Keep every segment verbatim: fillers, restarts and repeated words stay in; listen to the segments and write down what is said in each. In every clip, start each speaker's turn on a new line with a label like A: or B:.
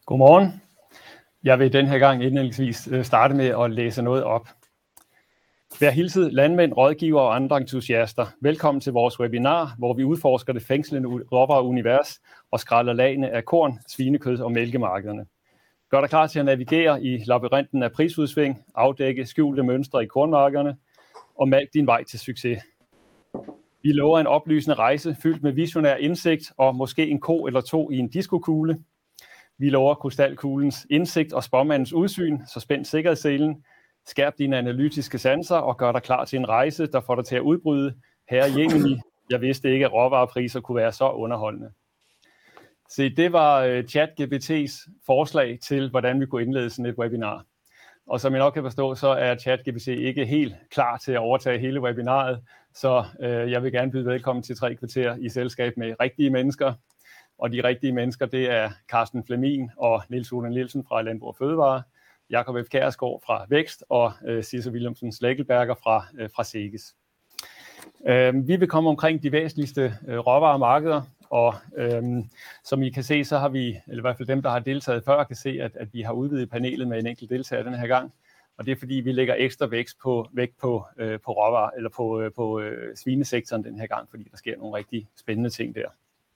A: Godmorgen. Jeg vil den her gang indledningsvis starte med at læse noget op. Vær hilset landmænd, rådgivere og andre entusiaster. Velkommen til vores webinar, hvor vi udforsker det fængslende råvareunivers og skræller lagene af korn, svinekød og mælkemarkederne. Gør dig klar til at navigere i labyrinten af prisudsving, afdække skjulte mønstre i kornmarkederne og mærk din vej til succes. Vi lover en oplysende rejse fyldt med visionær indsigt og måske en ko eller to i en diskokugle. Vi lover krystalkuglens indsigt og spåmandens udsyn, så spænd sikkerhedsselen, skærp dine analytiske sanser og gør dig klar til en rejse, der får dig til at udbryde. Herre Jemini, jeg vidste ikke, at råvarepriser kunne være så underholdende. Se, det var ChatGPT's forslag til, hvordan vi kunne indlede sådan et webinar. Og som I nok kan forstå, så er ChatGPT ikke helt klar til at overtage hele webinaret, så øh, jeg vil gerne byde velkommen til tre kvarter i selskab med rigtige mennesker. Og de rigtige mennesker, det er Carsten Flemin og Niels Ole Nielsen fra Landbrug og Fødevare, Jakob F. Kjærsgaard fra Vækst og øh, Sisse Wilhelmsen Slækkelberger fra, øh, fra Seges. Øh, vi vil komme omkring de væsentligste øh, råvaremarkeder, og øh, som I kan se, så har vi, eller i hvert fald dem, der har deltaget før, kan se, at, at vi har udvidet panelet med en enkelt deltager den her gang. Og det er fordi, vi lægger ekstra vægt på, vægt på, øh, på råvarer, eller på, øh, på øh, svinesektoren den her gang, fordi der sker nogle rigtig spændende ting der.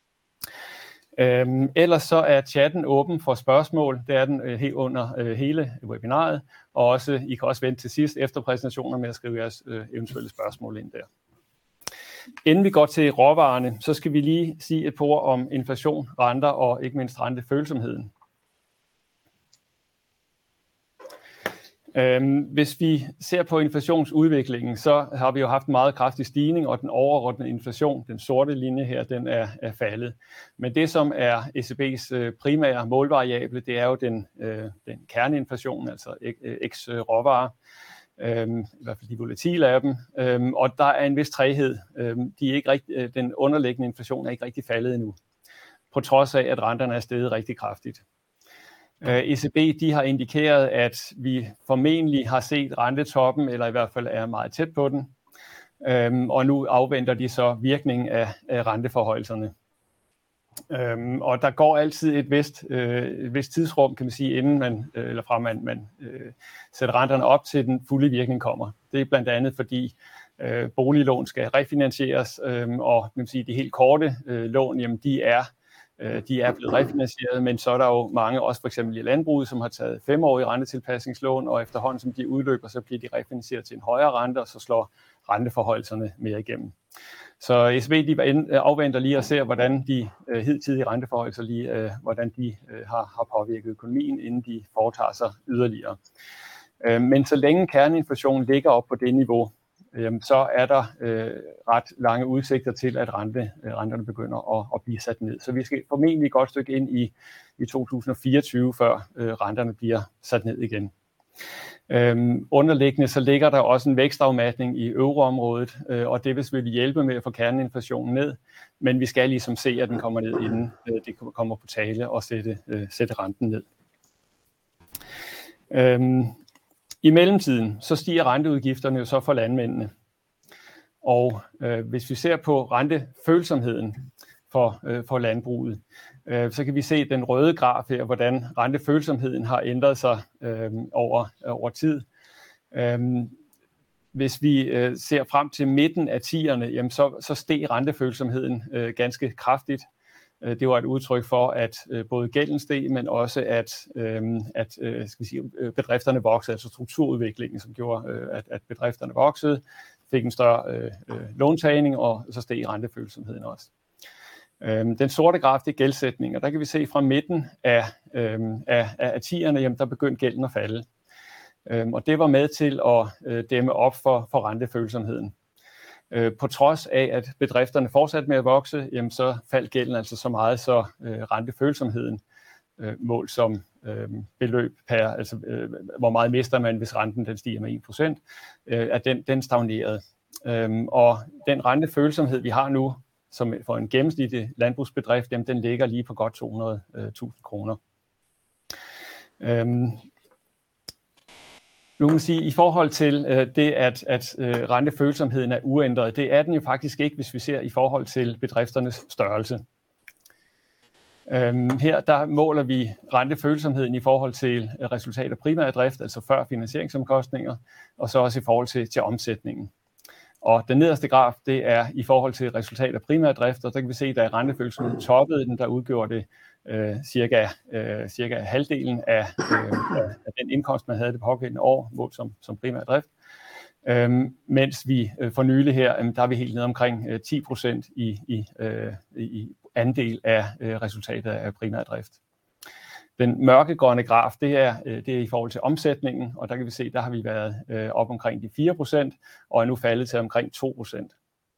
A: Øhm, ellers så er chatten åben for spørgsmål. Det er den øh, helt under øh, hele webinaret, og også, I kan også vente til sidst efter præsentationer med at skrive jeres øh, eventuelle spørgsmål ind der. Inden vi går til råvarerne, så skal vi lige sige et par ord om inflation, renter og ikke mindst rentefølsomheden. Øhm, hvis vi ser på inflationsudviklingen, så har vi jo haft en meget kraftig stigning, og den overordnede inflation, den sorte linje her, den er, er faldet. Men det, som er E C B's øh, primære målvariable, det er jo den, øh, den kerneinflation, altså eks-råvarer, øhm, i hvert fald de volatile af dem, øhm, og der er en vis træghed. Øhm, de er ikke rigt, øh, den underliggende inflation er ikke rigtig faldet endnu, på trods af, at renterne er steget rigtig kraftigt. E C B de har indikeret, at vi formentlig har set rentetoppen, eller i hvert fald er meget tæt på den, øhm, og nu afventer de så virkningen af, af renteforhøjelserne. Øhm, og der går altid et vist, øh, et vist tidsrum, kan man sige, inden man, øh, eller fra man, man øh, sætter renterne op til den fulde virkning kommer. Det er blandt andet fordi øh, boliglån skal refinansieres, øh, og man kan sige, de helt korte øh, lån, jamen de er De er blevet refinansieret, men så er der jo mange, også for eksempel i landbruget, som har taget femårige rentetilpasningslån, og efterhånden som de udløber, så bliver de refinansieret til en højere rente, og så slår renteforholdserne mere igennem. Så E C B de afventer lige og ser, hvordan de øh, hidtidige renteforholdelser lige, øh, hvordan de øh, har, har påvirket økonomien, inden de foretager sig yderligere. Øh, men så længe kerneinflationen ligger op på det niveau, så er der øh, ret lange udsigter til, at rente, øh, renterne begynder at, at blive sat ned. Så vi skal formentlig et godt stykke ind i, i to tusind og fireogtyve, før øh, renterne bliver sat ned igen. Øhm, underliggende så ligger der også en vækstafmatning i euroområdet, øh, og det vil selvfølgelig hjælpe med at få kerneinflationen ned, men vi skal ligesom se, at den kommer ned, inden øh, det kommer på tale og sætte, øh, sætte renten ned. Øhm, I mellemtiden så stiger renteudgifterne jo så for landmændene. Og øh, hvis vi ser på rentefølsomheden for, øh, for landbruget, øh, så kan vi se den røde graf her, hvordan rentefølsomheden har ændret sig øh, over, over tid. Øh, hvis vi øh, ser frem til midten af tierne, jamen så, så steg rentefølsomheden øh, ganske kraftigt. Det var et udtryk for, at både gælden steg, men også at, at skal vi sige, bedrifterne voksede, altså strukturudviklingen, som gjorde, at, at bedrifterne voksede, fik en større øh, låntagning, og så steg rentefølsomheden også. Den sorte graf, det er gældsætning, og der kan vi se fra midten af, af, af tierne, jamen der begyndte gælden at falde. Og det var med til at dæmme op for, for rentefølsomheden. På trods af, at bedrifterne fortsatte med at vokse, jamen så faldt gælden altså så meget, så øh, rentefølsomheden øh, mål som øh, beløb per, altså øh, hvor meget mister man, hvis renten den stiger med en procent, øh, at den, den stagnerede. Øhm, og den rentefølsomhed, vi har nu, som for en gennemsnitlig landbrugsbedrift, jamen, den ligger lige på godt to hundrede tusind kroner. Øhm, Nu kan man sige, i forhold til øh, det, at, at øh, rentefølsomheden er uændret, det er den jo faktisk ikke, hvis vi ser i forhold til bedrifternes størrelse. Øhm, her der måler vi rentefølsomheden i forhold til resultat af primær drift, altså før finansieringsomkostninger, og så også i forhold til, til omsætningen. Og den nederste graf, det er i forhold til resultat af primær drift, og der kan vi se, at da rentefølsomheden toppede den, der udgjorde det øh, cirka, øh, cirka halvdelen af, øh, af den indkomst, man havde det pågældende år, målt som, som primær drift. Øhm, mens vi øh, for nylig her, øh, der er vi helt nede omkring øh, ti procent i, i, øh, i andel af øh, resultatet af primær drift. Den mørkegrønne graf, det er, øh, det er i forhold til omsætningen, og der kan vi se, der har vi været øh, op omkring de fire procent, og er nu faldet til omkring to procent.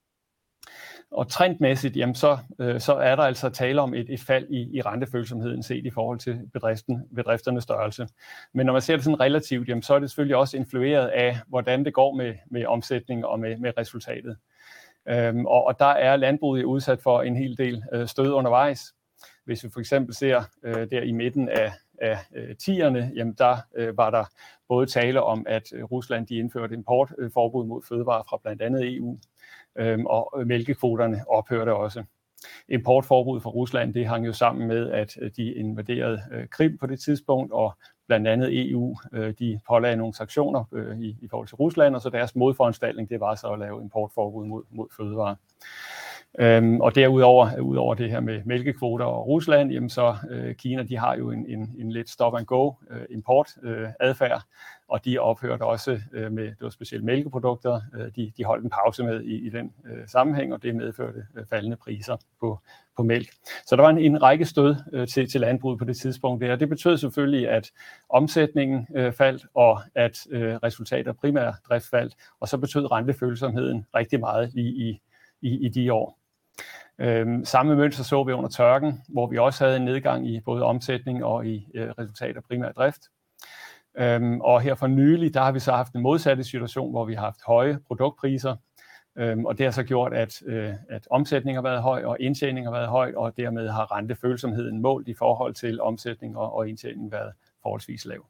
A: Og trendmæssigt, jamen så, øh, så er der altså tale om et, et fald i, i rentefølsomheden set i forhold til bedriften, bedrifternes størrelse. Men når man ser det sådan relativt, jamen så er det selvfølgelig også influeret af, hvordan det går med, med omsætning og med, med resultatet. Øhm, og, og der er landbruget udsat for en hel del øh, stød undervejs. Hvis vi for eksempel ser øh, der i midten af, af øh, tierne, jamen der øh, var der både tale om, at Rusland de indførte importforbud øh, mod fødevarer fra blandt andet E U, Øhm, og mælkekvoterne ophørte også. Importforbud fra Rusland, det hang jo sammen med, at de invaderede øh, Krim på det tidspunkt, og blandt andet E U, øh, de pålagde nogle sanktioner øh, i, i forhold til Rusland, og så deres modforanstaltning, det var så at lave importforbud mod, mod fødevarer. Øhm, og derudover, udover det her med mælkekvoter og Rusland, jamen så øh, Kina, de har jo en, en, en lidt stop-and-go øh, import-adfærd, øh, og de ophørte også øh, med, det var specielt mælkeprodukter, øh, de, de holdt en pause med i, i den øh, sammenhæng, og det medførte øh, faldende priser på, på mælk. Så der var en, en række stød øh, til, til landbruget på det tidspunkt der, og det betød selvfølgelig, at omsætningen øh, faldt, og at øh, resultatet af primær drift faldt, og så betød rentefølsomheden rigtig meget lige i, i, i de år. Øhm, samme mønster så vi under tørken, hvor vi også havde en nedgang i både omsætning og i øh, resultat af primær drift. Øhm, og her for nylig, der har vi så haft en modsatte situation, hvor vi har haft høje produktpriser, øhm, og det har så gjort, at, øh, at omsætning har været høj, og indtjening har været høj, og dermed har rentefølsomheden målt i forhold til omsætning og, og indtjening været forholdsvis lav.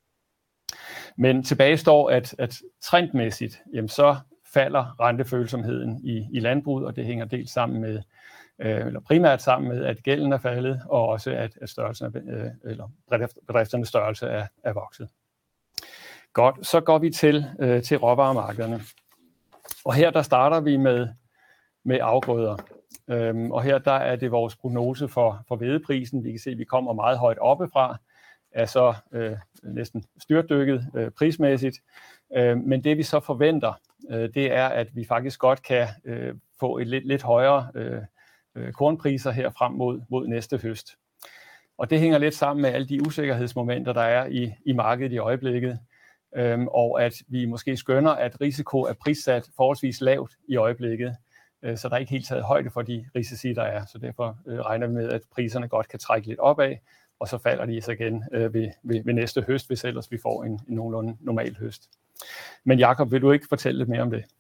A: Men tilbage står, at, at trendmæssigt, jamen så falder rentefølsomheden i, i landbruget, og det hænger dels sammen med, øh, eller primært sammen med, at gælden er faldet, og også at, at størrelsen af, øh, eller bedrifternes størrelse er, er vokset. Godt, så går vi til, øh, til råvaremarkederne. Og her der starter vi med, med afgrøder. Øhm, og her der er det vores prognose for, for hvedeprisen. Vi kan se, at vi kommer meget højt oppefra, er så øh, næsten styrtdykket øh, prismæssigt. Øh, men det vi så forventer, øh, det er, at vi faktisk godt kan øh, få et lidt, lidt højere øh, øh, kornpriser her frem mod, mod næste høst. Og det hænger lidt sammen med alle de usikkerhedsmomenter, der er i, i markedet i øjeblikket. Øhm, og at vi måske skønner, at risiko er prissat forholdsvis lavt i øjeblikket, øh, så der er ikke helt taget højde for de risici, der er. Så derfor øh, regner vi med, at priserne godt kan trække lidt opad, og så falder de så igen øh, ved, ved, ved næste høst, hvis ellers vi får en, en nogenlunde normal høst. Men Jakob, vil du ikke fortælle lidt mere om det?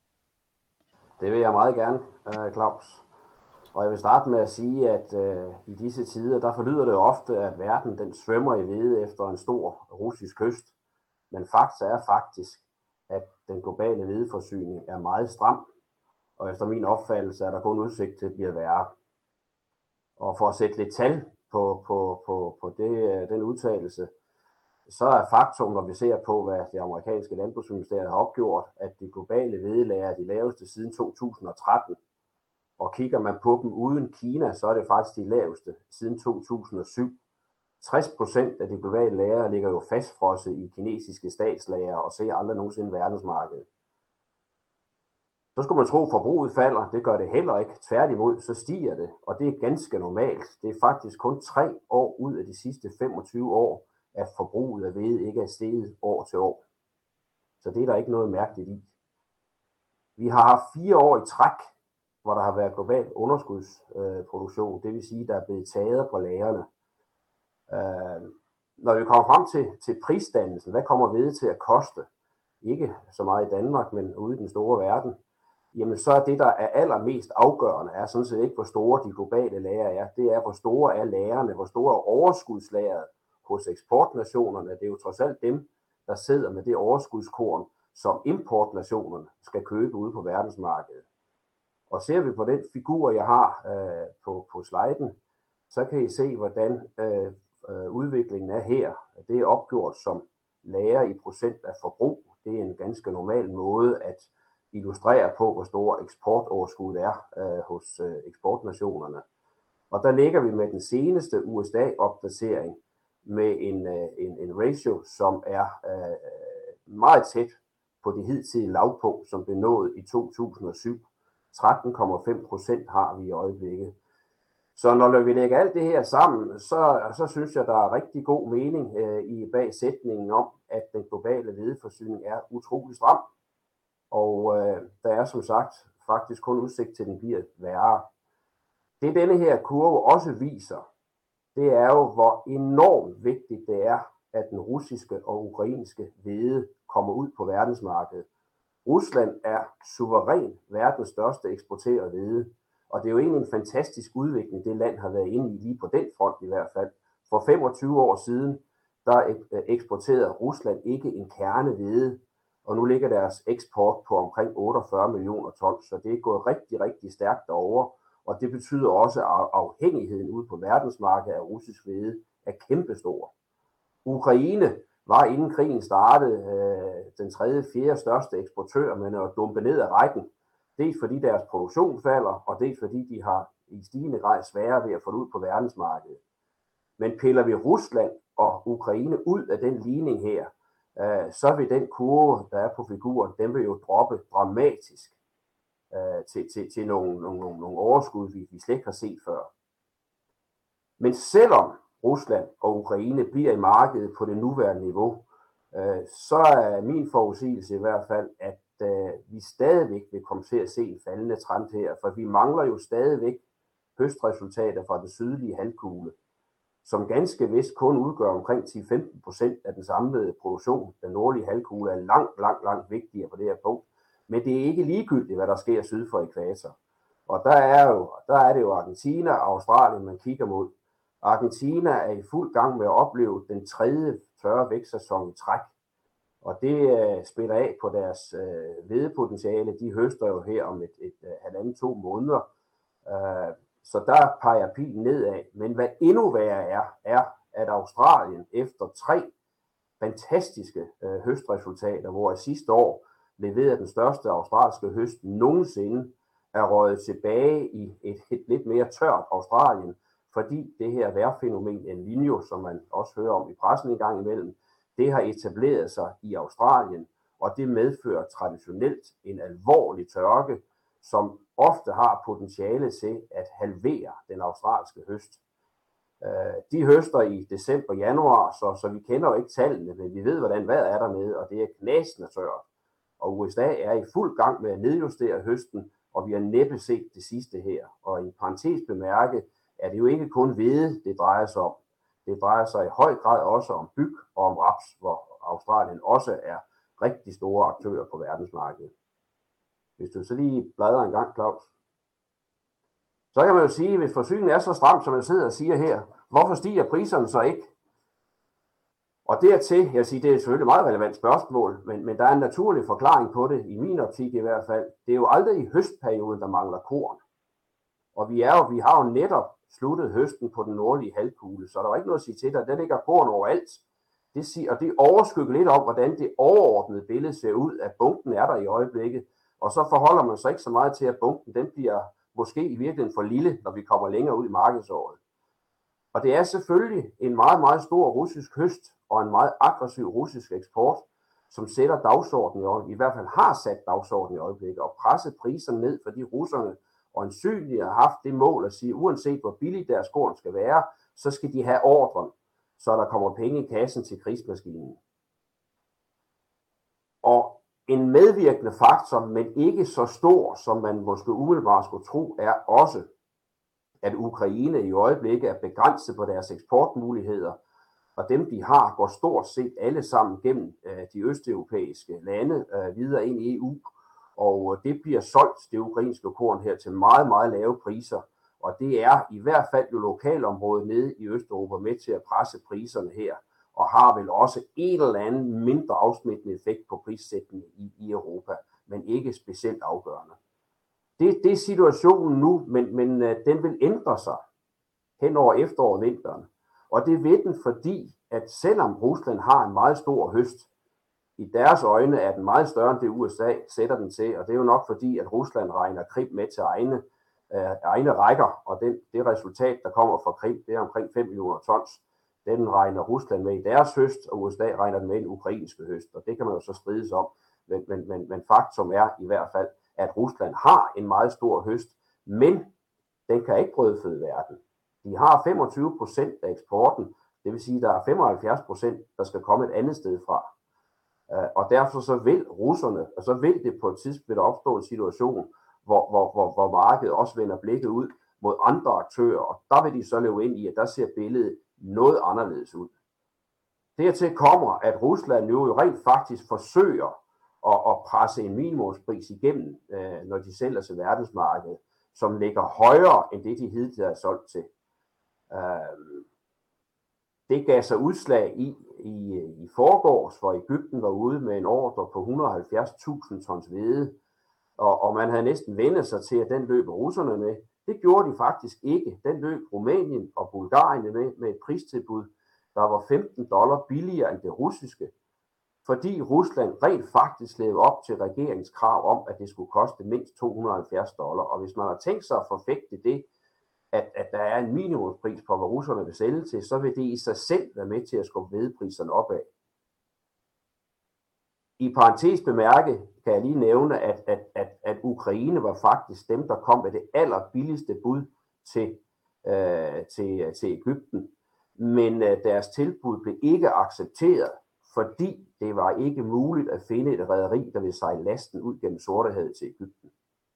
B: Det vil jeg meget gerne, Claus. Og jeg vil starte med at sige, at øh, i disse tider, der forlyder det ofte, at verden den svømmer i hvede efter en stor russisk høst. Men fakta er faktisk, at den globale hvedeforsyning er meget stram, og efter min opfattelse er der kun udsigt til at blive værre. Og for at sætte lidt tal på, på, på, på det, den udtalelse, så er faktum, når vi ser på, hvad det amerikanske landbrugsministeriet har opgjort, at de globale hvedelager er de laveste siden to tusind og tretten. Og kigger man på dem uden Kina, så er det faktisk de laveste siden to tusind og syv. tres procent af de globale lagre ligger jo fastfrosset i kinesiske statslager og ser aldrig nogensinde verdensmarkedet. Så skulle man tro, at forbruget falder. Det gør det heller ikke. Tværtimod, så stiger det, og det er ganske normalt. Det er faktisk kun tre år ud af de sidste femogtyve år, at forbruget af hvede ikke er steget år til år. Så det er der ikke noget mærkeligt i. Vi har haft fire år i træk, hvor der har været global underskudsproduktion. Det vil sige, at der er blevet taget på lagrene. Uh, når vi kommer frem til, til prisdannelsen, hvad kommer hvede til at koste? Ikke så meget i Danmark, men ude i den store verden. Jamen så er det, der er allermest afgørende, er sådan set ikke, hvor store de globale lager er. Det er, hvor store er lagrene, hvor store er overskudslageret hos eksportnationerne. Det er jo trods alt dem, der sidder med det overskudskorn, som importnationerne skal købe ude på verdensmarkedet. Og ser vi på den figur, jeg har øh, på, på sliden, så kan I se, hvordan øh, øh, udviklingen er her. Det er opgjort som lager i procent af forbrug. Det er en ganske normal måde at illustrere på, hvor stor eksportoverskud er øh, hos øh, eksportnationerne. Og der ligger vi med den seneste U S A-opdatering med en, øh, en, en ratio, som er øh, meget tæt på det hidtidige lavpunkt, som blev nået i to tusind og syv. tretten komma fem procent har vi i øjeblikket. Så når vi lægger alt det her sammen, så, så synes jeg, der er rigtig god mening øh, i bag sætningen om, at den globale hvedeforsyning er utrolig stram. Og øh, der er som sagt faktisk kun udsigt til, at den bliver værre. Det denne her kurve også viser, det er jo, hvor enormt vigtigt det er, at den russiske og ukrainske hvede kommer ud på verdensmarkedet. Rusland er suveræn verdens største eksporterede hvede, og det er jo egentlig en fantastisk udvikling, det land har været inde i, lige på den front i hvert fald. For femogtyve år siden, der eksporterede Rusland ikke en kerne hvede, og nu ligger deres eksport på omkring otteogfyrre millioner ton, så det er gået rigtig, rigtig stærkt derovre, og det betyder også, at afhængigheden ude på verdensmarkedet af russisk hvede er kæmpestor. Ukraine var inden krigen startede øh, den tredje, fjerde største eksportør, men er dumpet ned af rækken. Dels fordi deres produktion falder, og dels fordi de har i stigende grad sværere ved at få det ud på verdensmarkedet. Men piller vi Rusland og Ukraine ud af den ligning her, øh, så vil den kurve, der er på figuren, den vil jo droppe dramatisk øh, til, til, til nogle, nogle, nogle, nogle overskud, vi, vi slet ikke har set før. Men selvom Rusland og Ukraine bliver i markedet på det nuværende niveau, øh, så er min forudsigelse i hvert fald, at øh, vi stadigvæk vil komme til at se en faldende trend her, for vi mangler jo stadigvæk høstresultater fra den sydlige halvkugle, som ganske vist kun udgør omkring ti til femten procent af den samlede produktion. Den nordlige halvkugle er langt, langt, langt vigtigere på det her punkt, men det er ikke ligegyldigt, hvad der sker syd for ekvator. Og der er, jo, der er det jo Argentina og Australien, man kigger mod. Argentina er i fuld gang med at opleve den tredje tørre vækstsæson i træk. Og det øh, spiller af på deres øh, hvedepotentiale. De høster jo her om et, et, et halvanden to måneder. Øh, så der peger pilen nedad. Men hvad endnu værre er, er, at Australien efter tre fantastiske øh, høstresultater, hvor i sidste år leverede den største australske høst nogensinde, er røget tilbage i et, et lidt mere tørt Australien, fordi det her vejrfænomen El Niño, som man også hører om i pressen en gang imellem, det har etableret sig i Australien, og det medfører traditionelt en alvorlig tørke, som ofte har potentiale til at halvere den australske høst. De høster i december og januar, så, så vi kender jo ikke tallene, men vi ved, hvordan vejret er dernede, og det er knasende tørt. Og U S A er i fuld gang med at nedjustere høsten, og vi har næppe set det sidste her. Og i parentes bemærket, er det jo ikke kun hvede, det drejer sig om. Det drejer sig i høj grad også om byg og om raps, hvor Australien også er rigtig store aktører på verdensmarkedet. Hvis du så lige bladrer en gang, Claus. Så kan man jo sige, at hvis forsyningen er så stram, som man sidder og siger her, hvorfor stiger priserne så ikke? Og dertil, jeg siger, det er selvfølgelig et meget relevant spørgsmål, men, men der er en naturlig forklaring på det, i min optik i hvert fald. Det er jo aldrig i høstperioden, der mangler korn. Og vi, er jo, vi har jo netop sluttet høsten på den nordlige halvkugle, så der er ikke noget at sige til dig. Der ligger korn overalt. Det siger, og det overskygger lidt om, hvordan det overordnede billede ser ud, at bunken er der i øjeblikket. Og så forholder man sig ikke så meget til, at bunken den bliver måske i virkeligheden for lille, når vi kommer længere ud i markedsåret. Og det er selvfølgelig en meget, meget stor russisk høst og en meget aggressiv russisk eksport, som sætter dagsordenen i øjeblikket, i hvert fald har sat dagsordenen i øjeblikket, og presset priserne ned, fordi russerne øjensynligt har haft det mål at sige, uanset hvor billigt deres korn skal være, så skal de have ordren, så der kommer penge i kassen til krigsmaskinen. Og en medvirkende faktor, men ikke så stor, som man måske umiddelbart skulle tro, er også, at Ukraine i øjeblikket er begrænset på deres eksportmuligheder, og dem de har, går stort set alle sammen gennem øh, de østeuropæiske lande øh, videre ind i E U, og det bliver solgt, det ukrainske korn her, til meget, meget lave priser, og det er i hvert fald jo lokalområdet nede i Østeuropa med til at presse priserne her, og har vel også en eller anden mindre afsmittende effekt på prissætningen i, i Europa, men ikke specielt afgørende. Det, det er situationen nu, men, men uh, den vil ændre sig. hen over efteråret og vinteren. Og det vil den, fordi at selvom Rusland har en meget stor høst, i deres øjne er den meget større end det U S A sætter den til, og det er jo nok fordi, at Rusland regner Krim med til egne, øh, egne rækker, og den, det resultat, der kommer fra Krim, det er omkring fem millioner tons. Den regner Rusland med i deres høst, og U S A regner den med i den ukrainske høst, og det kan man jo så strides om. Men, men, men, men faktum er i hvert fald, at Rusland har en meget stor høst, men den kan ikke brødføde verden. De har femogtyve procent af eksporten, det vil sige, at der er femoghalvfjerds procent, der skal komme et andet sted fra. Og derfor så vil russerne, og så vil det på et tidspunkt opstå en situation, hvor, hvor, hvor, hvor markedet også vender blikket ud mod andre aktører, og der vil de så løbe ind i, at der ser billedet noget anderledes ud. Dertil kommer, at Rusland jo rent faktisk forsøger at, at presse en minimumspris igennem, når de sælger til verdensmarkedet, som ligger højere end det, de hidtil har solgt til. Det gav sig udslag i, i, i forgårs, hvor Egypten var ude med en ordre på et hundrede og halvfjerds tusind tons hvede, og, og man havde næsten vendt sig til, at den løb russerne med. Det gjorde de faktisk ikke. Den løb Rumænien og Bulgarien med, med et pristilbud, der var femten dollar billigere end det russiske, fordi Rusland rent faktisk levede op til regeringens krav om, at det skulle koste mindst to hundrede og halvfjerds dollar. Og hvis man har tænkt sig at forfægte det, at, at der er en minimumspris på, hvad russerne vil sælge til, så vil det i sig selv være med til at skubbe hvedepriserne opad. I parentes bemærke kan jeg lige nævne, at, at, at, at Ukraine var faktisk dem, der kom med det allerbilligste bud til, øh, til, til Egypten. Men øh, deres tilbud blev ikke accepteret, fordi det var ikke muligt at finde et rederi, der ville sejle lasten ud gennem Sortehavet til Egypten.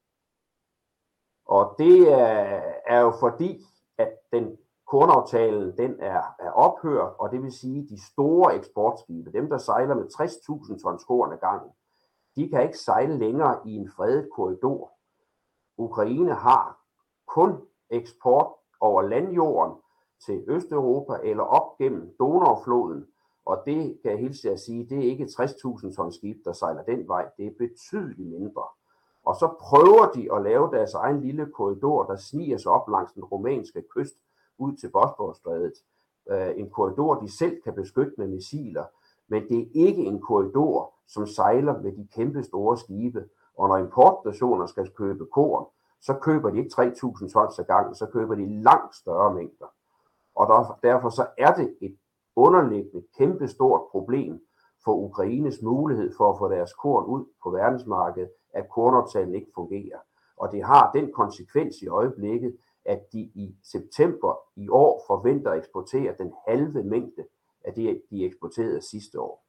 B: Og det er, er jo fordi, at den kornaftalen den er, er ophørt, og det vil sige, at de store eksportskibe, dem der sejler med tres tusind tons korn ad gangen, de kan ikke sejle længere i en fredet korridor. Ukraine har kun eksport over landjorden til Østeuropa eller op gennem Donaufloden, og det kan jeg hilse at sige, det er ikke tres tusind tons skib, der sejler den vej, det er betydeligt mindre. Og så prøver de at lave deres egen lille korridor, der sniger sig op langs den rumænske kyst ud til Bosporusstrædet. En korridor, de selv kan beskytte med missiler, men det er ikke en korridor, som sejler med de kæmpe store skibe. Og når importstationer skal købe korn, så køber de ikke tre tusind tons ad gangen, så køber de langt større mængder. Og der, derfor så er det et underliggende kæmpe stort problem for Ukraines mulighed for at få deres korn ud på verdensmarkedet, at kornaftalen ikke fungerer. Og det har den konsekvens i øjeblikket, at de i september i år forventer at eksportere den halve mængde af det, de eksporterede sidste år.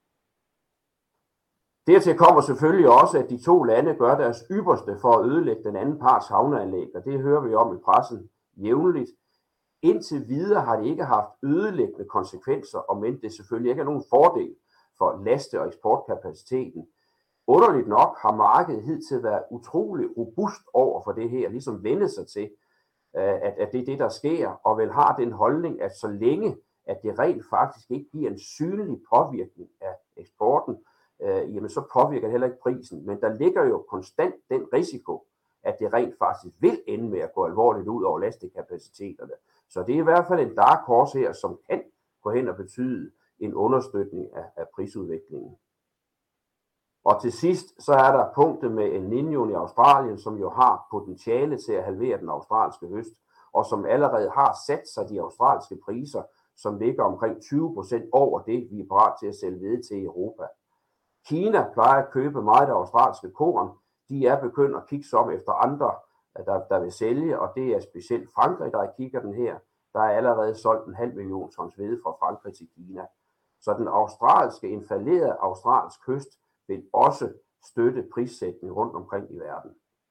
B: Dertil kommer selvfølgelig også, at de to lande gør deres ypperste for at ødelægge den anden parts havneanlæg, og det hører vi om i pressen jævnligt. Indtil videre har det ikke haft ødelæggende konsekvenser, og men det selvfølgelig ikke er nogen fordel for laste- og eksportkapaciteten. Underligt nok har markedet hidtil været utrolig robust over for det her, ligesom vende sig til, at, at det er det, der sker, og vel har den holdning, at så længe, at det rent faktisk ikke giver en synlig påvirkning af eksporten, øh, jamen så påvirker det heller ikke prisen. Men der ligger jo konstant den risiko, at det rent faktisk vil ende med at gå alvorligt ud over lastekapaciteterne. Så det er i hvert fald en dark horse her, som kan gå hen og betyde en understøtning af, af prisudviklingen. Og til sidst, så er der punktet med El Niño i Australien, som jo har potentiale til at halvere den australske høst, og som allerede har sat sig de australske priser, som ligger omkring tyve procent over det, vi er parat til at sælge ved til i Europa. Kina plejer at købe meget af australske korn. De er begyndt at kigge sig om efter andre, der, der vil sælge, og det er specielt Frankrig, der kigger den her. Der er allerede solgt en halv million tons hvede fra Frankrig til Kina. Så den australske, infallerede australsk høst vil også støtte prissætning rundt omkring i verden.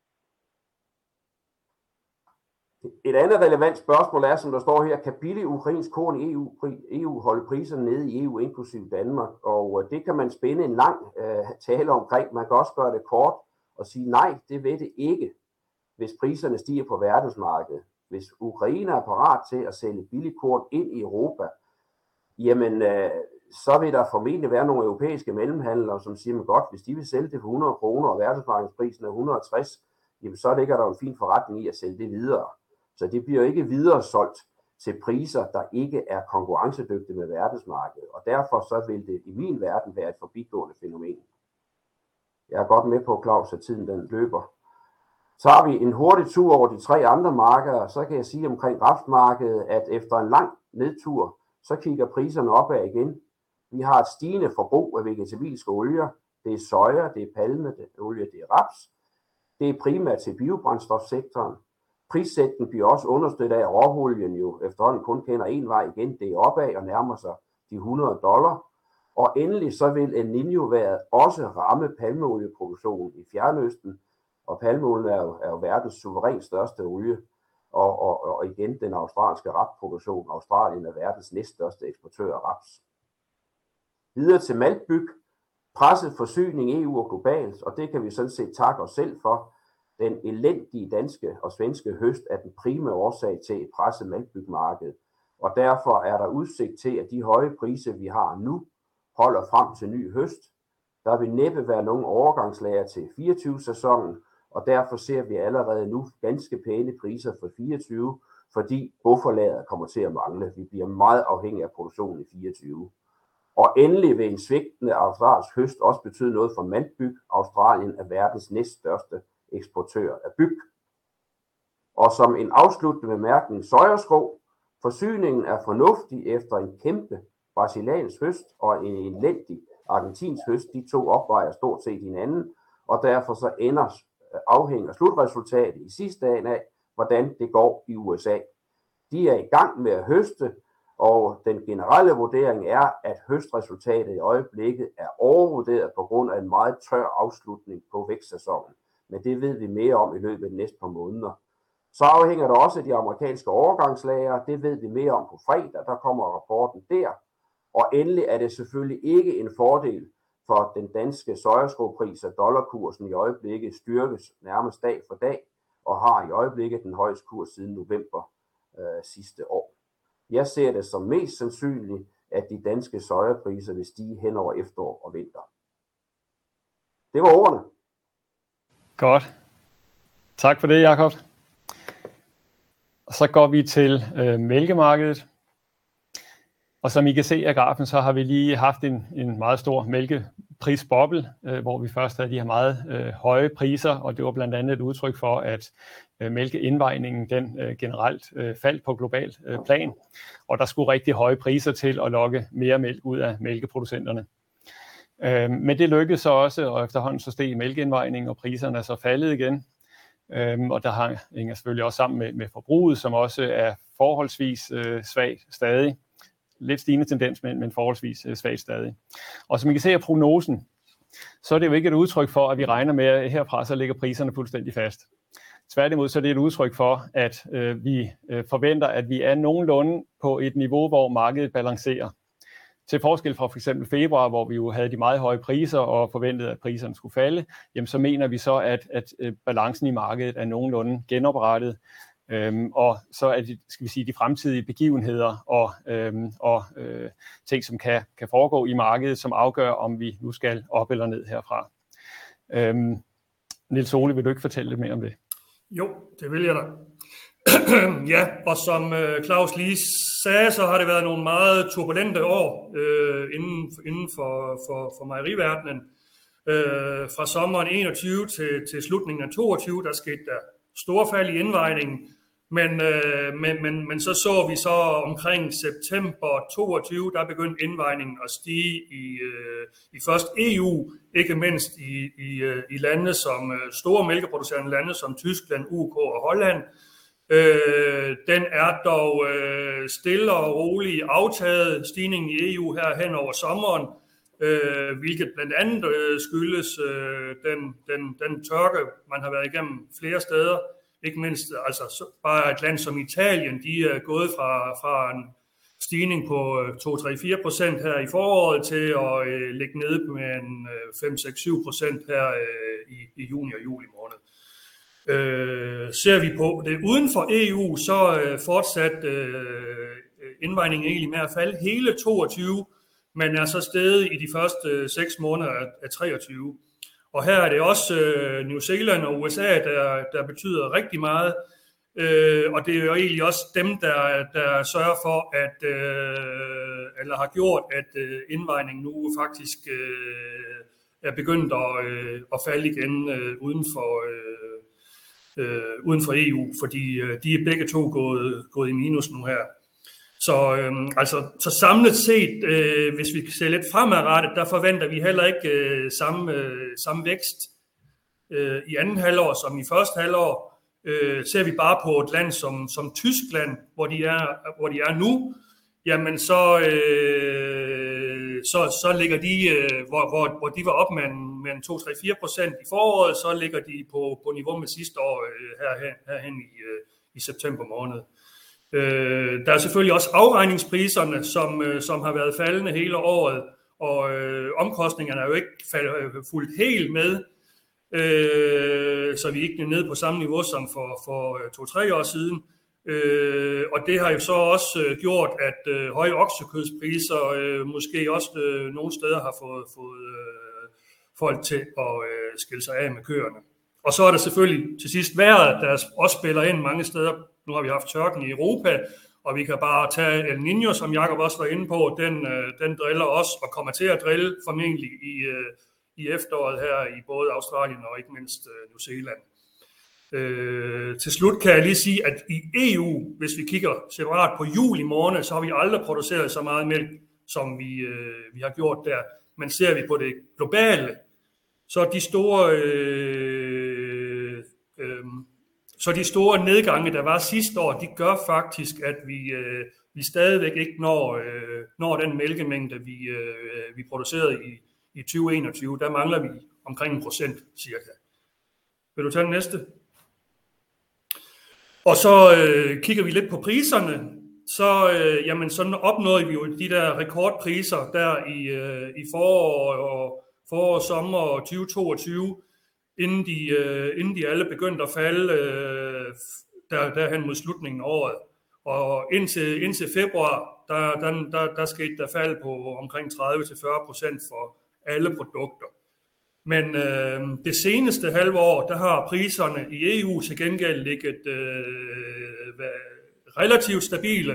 B: Et andet relevant spørgsmål er, som der står her, kan billig ukrainsk korn i E U, E U holde priserne nede i E U, inklusive Danmark? Og det kan man spænde en lang øh, tale omkring. Man kan også gøre det kort og sige, nej, det vil det ikke, hvis priserne stiger på verdensmarkedet. Hvis Ukraine er parat til at sælge billig korn ind i Europa, jamen øh, så vil der formentlig være nogle europæiske mellemhandlere, som siger, men godt, hvis de vil sælge det for hundrede kroner, og verdensmarkedsprisen er et hundrede og tres, jamen så ligger der en fin forretning i at sælge det videre. Så det bliver ikke videre solgt til priser, der ikke er konkurrencedygtige med verdensmarkedet. Og derfor så vil det i min verden være et forbigående fænomen. Jeg er godt med på, Claus, at tiden den løber. Så har vi en hurtig tur over de tre andre markeder. Så kan jeg sige omkring rapsmarkedet, at efter en lang nedtur, så kigger priserne opad igen. Vi har et stigende forbrug af vegetabilske olier. Det er soja, det er palmeolie, det er raps. Det er primært til biobrændstofsektoren. Prissætningen bliver også understøttet af, at råolien jo efterhånden kun kender en vej igen. Det er opad og nærmer sig de hundrede dollar. Og endelig så vil El Niño-vejret også ramme palmeolieproduktionen i Fjernøsten. Og palmeolien er jo, er jo verdens suverænt største olie. Og, og, og igen den australske rapsproduktion. Australien er verdens næststørste eksportør af raps. Videre til maltbyg. Presset forsyning i E U og globalt, og det kan vi sådan set takke os selv for. Den elendige danske og svenske høst er den primære årsag til et presset maltbygmarked. Og derfor er der udsigt til, at de høje priser, vi har nu, holder frem til ny høst. Der vil næppe være nogen overgangslager til fireogtyve-sæsonen, og derfor ser vi allerede nu ganske pæne priser for fireogtyve, fordi bufferlageret kommer til at mangle. Vi bliver meget afhængige af produktionen i fireogtyve. Og endelig vil en svigtende australsk høst også betyde noget for maltbyg. Australien er verdens næststørste eksportør af byg. Og som en afsluttende bemærkning, sojaskov. Forsyningen er fornuftig efter en kæmpe brasiliansk høst og en elendig argentinsk høst. De to opvejer stort set hinanden, og derfor så ender afhænger slutresultatet i sidste dagen af, hvordan det går i U S A. De er i gang med at høste, og den generelle vurdering er, at høstresultatet i øjeblikket er overvurderet på grund af en meget tør afslutning på vækstsæsonen. Men det ved vi mere om i løbet af de næste par måneder. Så afhænger det også af de amerikanske overgangslager. Det ved vi mere om på fredag. Der kommer rapporten der. Og endelig er det selvfølgelig ikke en fordel for den danske sojaskovpris, at dollarkursen i øjeblikket styrkes nærmest dag for dag, og har i øjeblikket den højeste kurs siden november øh, sidste år. Jeg ser det som mest sandsynligt, at de danske sojapriser vil stige hen over efterår og vinter. Det var ordene.
A: Godt. Tak for det, Jakob. Så går vi til øh, mælkemarkedet. Og som I kan se af grafen, så har vi lige haft en, en meget stor mælkeprisboble, øh, hvor vi først havde de her meget øh, høje priser, og det var blandt andet et udtryk for, at øh, mælkeindvejningen den øh, generelt øh, faldt på global øh, plan, og der skulle rigtig høje priser til at lokke mere mælk ud af mælkeproducenterne. Øh, men det lykkedes så også, og efterhånden så steg mælkeindvejningen, og priserne er så faldet igen. Øh, og der hænger selvfølgelig også sammen med, med forbruget, som også er forholdsvis øh, svagt stadig. Lidt stigende tendens, men, men forholdsvis øh, svagt stadig. Og som I kan se af prognosen, så er det jo ikke et udtryk for, at vi regner med, at herfra så ligger priserne fuldstændig fast. Tværtimod så er det et udtryk for, at øh, vi øh, forventer, at vi er nogenlunde på et niveau, hvor markedet balancerer. Til forskel fra for eksempel februar, hvor vi jo havde de meget høje priser og forventede, at priserne skulle falde, jamen så mener vi så, at, at øh, balancen i markedet er nogenlunde genoprettet. Øhm, og så er det, skal vi sige, de fremtidige begivenheder og, øhm, og øh, ting, som kan, kan foregå i markedet, som afgør, om vi nu skal op eller ned herfra. Øhm, Niels Ole, vil du ikke fortælle lidt mere om det?
C: Jo, det vil jeg da. Ja, og som øh, Claus lige sagde, så har det været nogle meget turbulente år øh, inden, inden for, for, for mejeriverdenen. Øh, fra sommeren enogtyve til, til slutningen af toogtyve, der skete der store fald i indvejningen, men, øh, men, men, men så så vi så omkring september toogtyve, der begyndte indvejningen at stige i, øh, i først E U, ikke mindst i, i, i lande som øh, store mælkeproducerende lande som Tyskland, U K og Holland. Øh, den er dog øh, stille og roligt aftaget, stigningen i E U her hen over sommeren, øh, hvilket blandt andet øh, skyldes øh, den, den, den tørke, man har været igennem flere steder. Ikke mindst altså bare et land som Italien, de er gået fra, fra en stigning på to til tre til fire procent her i foråret til at øh, ligge nede med en øh, fem til seks til syv procent her øh, i, i juni og juli måned. Øh, ser vi på det uden for E U, så øh, fortsat øh, indvejningen egentlig med at falde hele toogtyve, men er så steget i de første øh, seks måneder af, af treogtyve. Og her er det også øh, New Zealand og U S A, der, der betyder rigtig meget. Øh, og det er jo egentlig også dem, der, der sørger for, at, øh, eller har gjort, at øh, indvejningen nu faktisk øh, er begyndt at, øh, at falde igen øh, uden for øh, øh, uden for E U, fordi øh, de er begge to gået, gået i minus nu her. Så, øh, altså, så samlet set, øh, hvis vi ser lidt fremadrettet, der forventer vi heller ikke øh, samme, øh, samme vækst øh, i anden halvår som i første halvår. Øh, ser vi bare på et land som, som Tyskland, hvor de er, hvor de er nu, jamen så, øh, så, så ligger de, øh, hvor, hvor, hvor de var op med en, med en to til fire procent i foråret, så ligger de på, på niveau med sidste år øh, herhen, herhen i, øh, i september måned. Øh, der er selvfølgelig også afregningspriserne, som, øh, som har været faldende hele året, og øh, omkostningerne er jo ikke faldet, fuldt helt med, øh, så vi ikke er nede på samme niveau som for, for to-tre år siden. Øh, og det har jo så også øh, gjort, at øh, høje oksekødspriser øh, måske også øh, nogle steder har fået, fået øh, folk til at øh, skille sig af med køerne. Og så er der selvfølgelig til sidst vejret, der også spiller ind mange steder. Nu har vi haft tørken i Europa, og vi kan bare tage El Niño, som Jakob også var inde på. Den, øh, den driller også og kommer til at drille formentlig i, øh, i efteråret her i både Australien og ikke mindst øh, New Zealand. Øh, til slut kan jeg lige sige, at i E U, hvis vi kigger separat på juli måned, så har vi aldrig produceret så meget mælk, som vi, øh, vi har gjort der. Men ser vi på det globale, så de store, øh, øh, så de store nedgange, der var sidste år, de gør faktisk, at vi, øh, vi stadigvæk ikke når, øh, når den mælkemængde, vi, øh, vi producerede i, i tyve enogtyve. Der mangler vi omkring en procent cirka. Vil du tage den næste? Og så øh, kigger vi lidt på priserne, så, øh, jamen, så opnåede vi jo de der rekordpriser der i, øh, i forår og forår og sommer tyve toogtyve, inden de, øh, inden de alle begyndte at falde øh, der, derhen mod slutningen af året. Og indtil, indtil februar, der, der, der, der skete der fald på omkring tredive til fyrre procent for alle produkter. Men øh, det seneste halve år, der har priserne i E U til gengæld ligget øh, relativt stabile.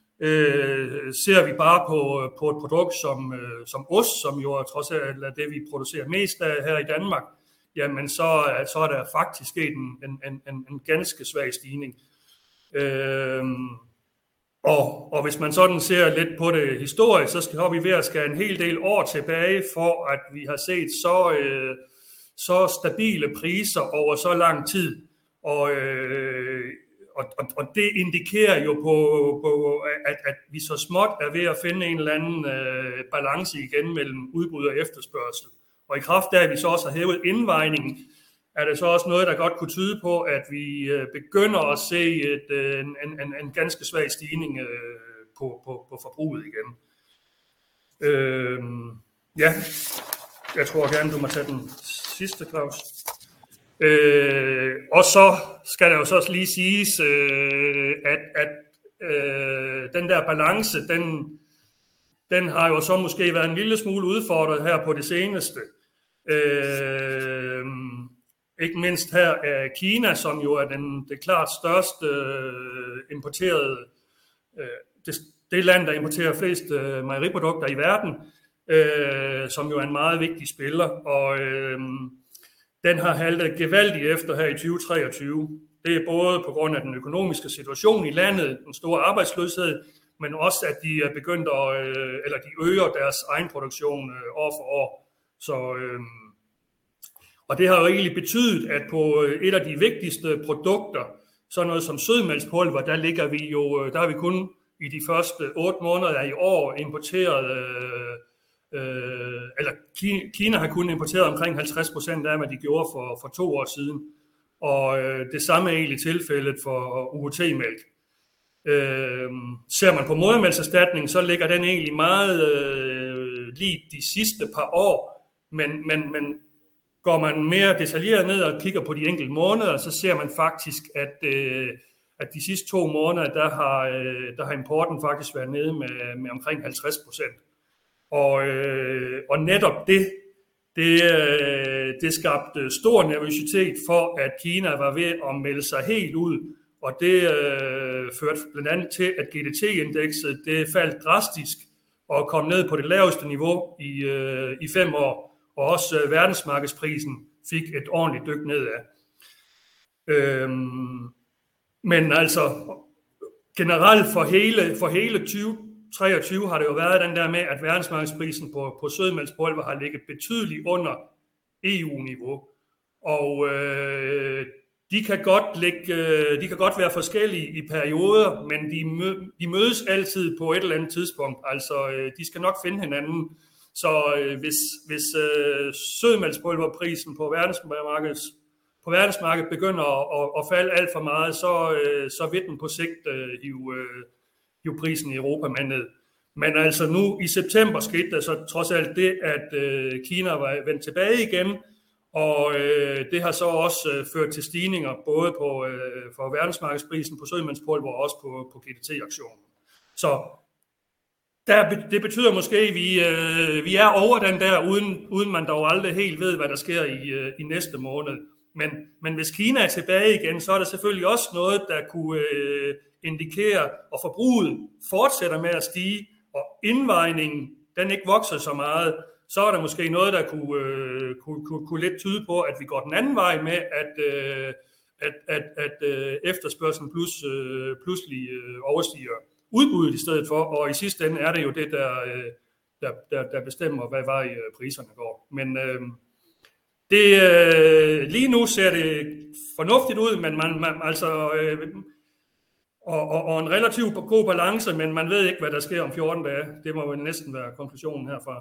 C: Øh, ser vi bare på, på et produkt som, øh, som ost, som jo er trods alt er det, vi producerer mest af her i Danmark, jamen så, så er der faktisk sket en, en, en, en ganske svag stigning. Øh, Og, og hvis man sådan ser lidt på det historisk, så skal vi ved at skal en hel del år tilbage, for at vi har set så, øh, så stabile priser over så lang tid. Og, øh, og, og det indikerer jo på, på at, at vi så småt er ved at finde en eller anden øh, balance igen mellem udbud og efterspørgsel. Og i kraft af, at vi så også har hævet indvejningen, er det så også noget, der godt kunne tyde på, at vi begynder at se et, en, en, en ganske svag stigning på, på, på forbruget igen. Øh, ja, jeg tror gerne, du må tage den sidste, Claus. Øh, og så skal der jo så også lige siges, øh, at, at øh, den der balance, den, den har jo så måske været en lille smule udfordret her på det seneste. Øh, Ikke mindst her er Kina, som jo er den, det klart største øh, importerede, øh, det, det land, der importerer flest øh, mejeriprodukter i verden, øh, som jo er en meget vigtig spiller. Og øh, den har haltet gevaldigt efter her i tyve treogtyve. Det er både på grund af den økonomiske situation i landet, den store arbejdsløshed, men også at de er begyndt at, øh, eller de øger deres egen produktion øh, år for år. Så øh, Og det har jo egentlig betydet, at på et af de vigtigste produkter, sådan noget som sødmælkspulver, der ligger vi jo, der har vi kun i de første otte måneder i år importeret, øh, eller Kina har kun importeret omkring halvtreds procent af, hvad de gjorde for, for to år siden. Og øh, det samme er egentlig tilfældet for U H T-mælk. Øh, ser man på modermælkserstatning, så ligger den egentlig meget øh, lige de sidste par år, men, men, men går man mere detaljeret ned og kigger på de enkelte måneder, så ser man faktisk, at, øh, at de sidste to måneder, der har, øh, der har importen faktisk været nede med, med omkring halvtreds procent. Og, øh, og netop det, det, øh, det skabte stor nervøsitet for, at Kina var ved at melde sig helt ud og det øh, førte blandt andet til, at G D T-indekset det faldt drastisk og kom ned på det laveste niveau i, øh, i fem år, og også øh, verdensmarkedsprisen fik et ordentligt dyk nedad. Øhm, men altså generelt for hele, for hele tyve treogtyve har det jo været den der med, at verdensmarkedsprisen på, på sødmælkspulver har ligget betydeligt under E U-niveau. Og øh, de, kan godt ligge, øh, de kan godt være forskellige i perioder, men de, mø, de mødes altid på et eller andet tidspunkt. Altså, øh, de skal nok finde hinanden. Så øh, hvis, hvis øh, sødmælkspulverprisen på verdensmarkedet, på verdensmarkedet begynder at, at, at falde alt for meget, så, øh, så vil den på sigt øh, hive, øh, hive prisen i Europa med ned. Men altså nu i september skete der så trods alt det, at øh, Kina var vendt tilbage igen, og øh, det har så også øh, ført til stigninger både på øh, for verdensmarkedsprisen på sødmælkspulver og også på, på G D T-aktionen. Så der, det betyder måske, at vi, øh, vi er over den der, uden, uden man dog aldrig helt ved, hvad der sker i, øh, i næste måned. Men, men hvis Kina er tilbage igen, så er der selvfølgelig også noget, der kunne øh, indikere, at forbruget fortsætter med at stige, og indvejningen, den ikke vokser så meget, så er der måske noget, der kunne, øh, kunne, kunne, kunne lidt tyde på, at vi går den anden vej med, at, øh, at, at, at øh, efterspørgselen plus, øh, pludselig øh, overstiger udbuddet i stedet for, og i sidste ende er det jo det, der, øh, der, der, der bestemmer, hvad vej øh, priserne går. Men øh, det, øh, lige nu ser det fornuftigt ud, men man, man altså... Øh, Og, og, og en relativt god balance, men man ved ikke, hvad der sker om fjorten dage. Det må jo næsten være konklusionen herfra.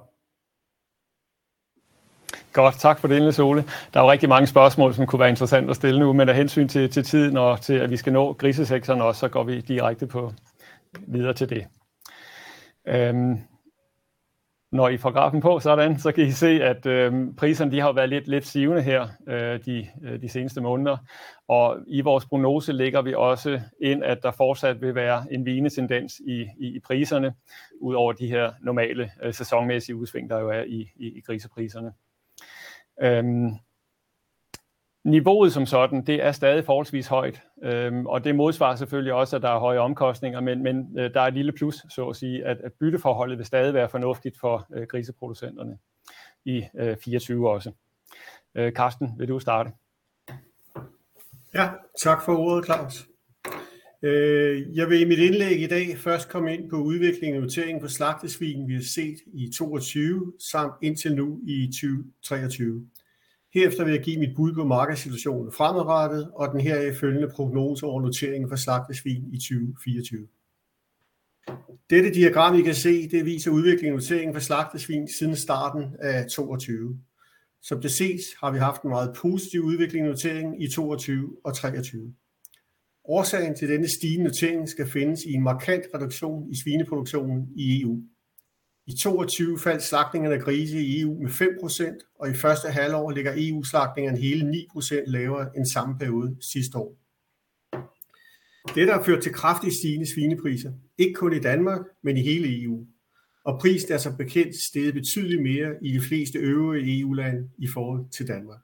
A: Godt, tak for det, Niels Ole. Der er jo rigtig mange spørgsmål, som kunne være interessant at stille nu, men af hensyn til, til tiden og til, at vi skal nå grisesektoren også, så går vi direkte på videre til det. Øhm, når I får grafen på sådan, så kan I se, at øhm, priserne de har været lidt, lidt sivende her øh, de, de seneste måneder. Og i vores prognose lægger vi også ind, at der fortsat vil være en vigende tendens i, i, i priserne, ud over de her normale øh, sæsonmæssige udsving, der jo er i, i, i grisepriserne. Øhm, niveauet som sådan, det er stadig forholdsvis højt, øhm, og det modsvarer selvfølgelig også, at der er høje omkostninger, men, men øh, der er et lille plus, så at sige, at, at bytteforholdet vil stadig være fornuftigt for øh, griseproducenterne i øh, fireogtyve også. Øh, Carsten, vil du starte?
D: Ja, tak for ordet, Claus. Jeg vil i mit indlæg i dag først komme ind på udviklingen og noteringen på slagtesvin, vi har set i toogtyve, samt indtil nu i tyve treogtyve. Herefter vil jeg give mit bud på markedssituationen fremadrettet og den heraf følgende prognose over noteringen for slagtesvin i tyve fireogtyve. Dette diagram, I kan se, det viser udviklingen og noteringen for slagtesvin siden starten af toogtyve. Som det ses, har vi haft en meget positiv udvikling i noteringen i toogtyve og treogtyve. Årsagen til denne stigende notering skal findes i en markant reduktion i svineproduktionen i E U. I toogtyve faldt slagtningerne af grise i E U med fem procent, og i første halvår ligger E U-slagtningerne hele ni procent lavere end samme periode sidste år. Dette har ført til kraftigt stigende svinepriser, ikke kun i Danmark, men i hele E U. Og prisen er som bekendt steget betydeligt mere i de fleste øvrige E U-lande i forhold til Danmark.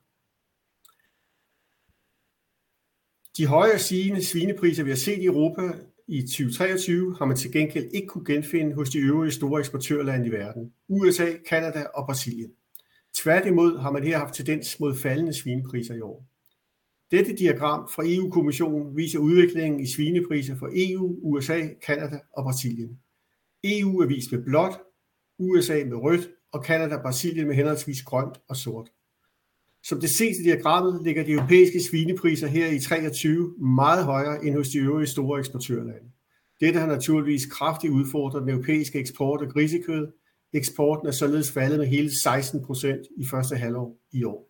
D: De højere stigende svinepriser, vi har set i Europa i tyve treogtyve, har man til gengæld ikke kunne genfinde hos de øvrige store eksportørlande i verden, U S A, Canada og Brasilien. Tværtimod har man her haft tendens mod faldende svinepriser i år. Dette diagram fra E U-kommissionen viser udviklingen i svinepriser for E U, U S A, Canada og Brasilien. E U er vist med blåt, U S A med rødt og Canada og Brasilien med henholdsvis grønt og sort. Som det ses i diagrammet, ligger de europæiske svinepriser her i treogtyve meget højere end hos de øvrige store eksportørlande. Dette har naturligvis kraftigt udfordret den europæiske eksport af grisekød. Eksporten er således faldet med hele seksten procent i første halvår i år.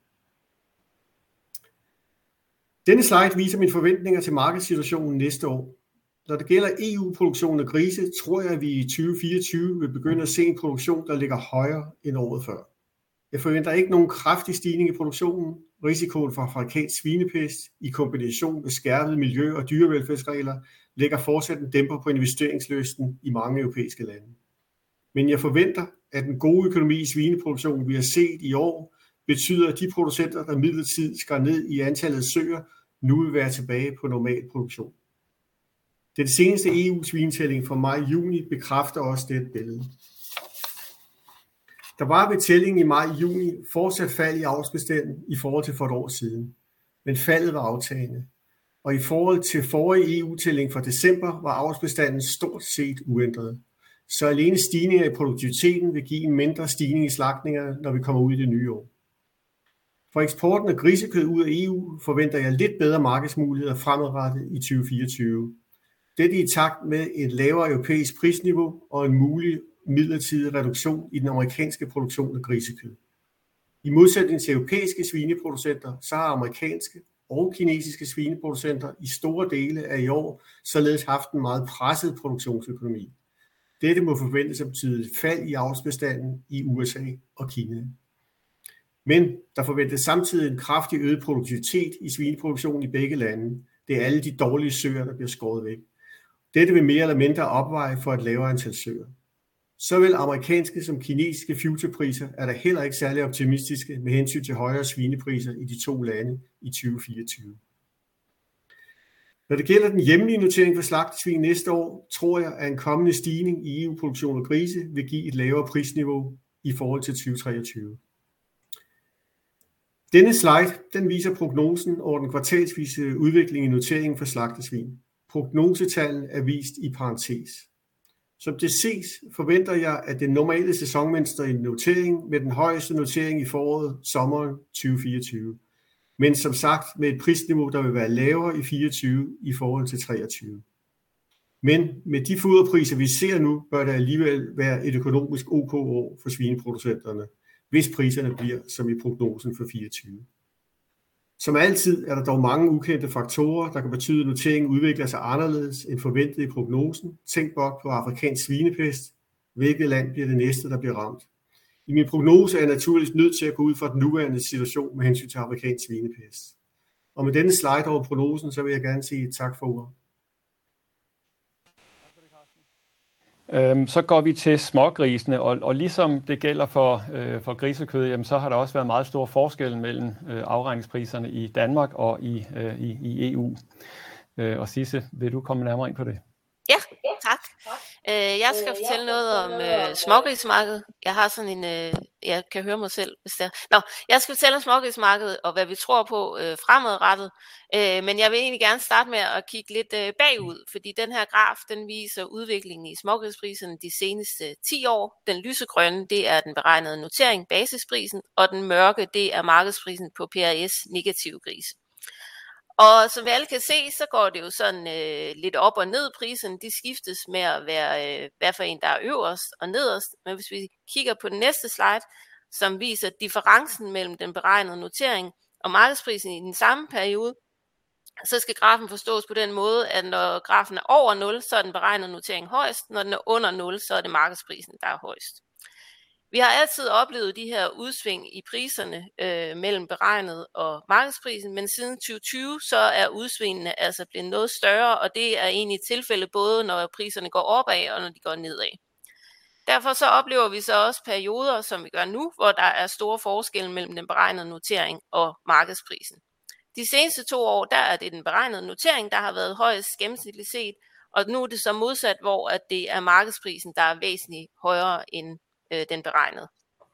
D: Denne slide viser mine forventninger til markedssituationen næste år. Når det gælder E U-produktionen af grise, tror jeg, at vi i tyve fireogtyve vil begynde at se en produktion, der ligger højere end året før. Jeg forventer ikke nogen kraftig stigning i produktionen. Risikoen for afrikansk svinepest i kombination med skærpede miljø- og dyrevelfærdsregler lægger fortsat en dæmper på investeringslysten i mange europæiske lande. Men jeg forventer, at den gode økonomi i svineproduktionen, vi har set i år, betyder, at de producenter, der midlertidigt skar ned i antallet af søer, nu vil være tilbage på normal produktion. Den seneste E U-svintælling fra maj-juni bekræfter også dette billede. Der var ved tællingen i maj-juni fortsat fald i avlsbestanden i forhold til for et år siden, men faldet var aftagende. Og i forhold til forrige E U-tælling fra december var avlsbestanden stort set uændret. Så alene stigninger i produktiviteten vil give en mindre stigning i slagtningerne, når vi kommer ud i det nye år. For eksporten af grisekød ud af E U forventer jeg lidt bedre markedsmuligheder fremadrettet i tyve fireogtyve. Dette i takt med et lavere europæisk prisniveau og en mulig midlertidig reduktion i den amerikanske produktion af grisekød. I modsætning til europæiske svineproducenter, så har amerikanske og kinesiske svineproducenter i store dele af i år således haft en meget presset produktionsøkonomi. Dette må forventes at betyde et fald i avlsbestanden i U S A og Kina. Men der forventes samtidig en kraftig øget produktivitet i svineproduktionen i begge lande. Det er alle de dårlige søer, der bliver skåret væk. Dette vil mere eller mindre opveje for et lavere antal søer. Såvel amerikanske som kinesiske futurepriser er der heller ikke særlig optimistiske med hensyn til højere svinepriser i de to lande i tyve fireogtyve. Når det gælder den hjemlige notering for slagtesvin næste år, tror jeg, at en kommende stigning i E U-produktion af grise vil give et lavere prisniveau i forhold til tyve treogtyve. Denne slide den viser prognosen over den kvartalsvise udvikling i noteringen for slagtesvin. Prognosetallene er vist i parentes. Som det ses, forventer jeg, at det normale sæsonmønster i notering med den højeste notering i foråret sommeren tyve fireogtyve. Men som sagt med et prisniveau, der vil være lavere i fireogtyve i forhold til treogtyve. Men med de foderpriser, vi ser nu, bør det alligevel være et økonomisk OK år for svineproducenterne, hvis priserne bliver som i prognosen for fireogtyve. Som altid er der dog mange ukendte faktorer, der kan betyde, at noteringen udvikler sig anderledes end forventet i prognosen. Tænk blot på afrikansk svinepest. Hvilket land bliver det næste, der bliver ramt? I min prognose er jeg naturligvis nødt til at gå ud fra den nuværende situation med hensyn til afrikansk svinepest. Og med denne slide over prognosen, så vil jeg gerne sige tak for ordet.
A: Øhm, så går vi til smågrisene, og, og ligesom det gælder for, øh, for grisekød, jamen, så har der også været meget stor forskel mellem øh, afregningspriserne i Danmark og i, øh, i, i E U. Øh, og Sisse, vil du komme nærmere ind på det?
E: Ja, tak. Øh, jeg skal fortælle noget om øh, smågrismarkedet. Jeg har sådan en, øh, jeg kan høre mig selv, hvis det er. Nå, jeg skal fortælle om smågrismarkedet og hvad vi tror på øh, fremadrettet. Øh, men jeg vil egentlig gerne starte med at kigge lidt øh, bagud, fordi den her graf, den viser udviklingen i smågrispriserne de seneste ti år. Den lysegrønne, det er den beregnede notering, basisprisen, og den mørke, det er markedsprisen på P R S negative grise. Og som vi alle kan se, så går det jo sådan øh, lidt op og ned. Priserne de skiftes med at være, øh, hvad for en der er øverst og nederst. Men hvis vi kigger på den næste slide, som viser differencen mellem den beregnede notering og markedsprisen i den samme periode, så skal grafen forstås på den måde, at når grafen er over nul, så er den beregnede notering højst. Når den er under nul, så er det markedsprisen, der er højst. Vi har altid oplevet de her udsving i priserne øh, mellem beregnet og markedsprisen, men siden tyve tyve så er udsvingene altså blevet noget større, og det er egentlig et tilfælde både når priserne går opad og når de går nedad. Derfor så oplever vi så også perioder, som vi gør nu, hvor der er store forskelle mellem den beregnede notering og markedsprisen. De seneste to år, der er det den beregnede notering, der har været højest gennemsnitligt set, og nu er det så modsat, hvor at det er markedsprisen, der er væsentligt højere end den beregnede.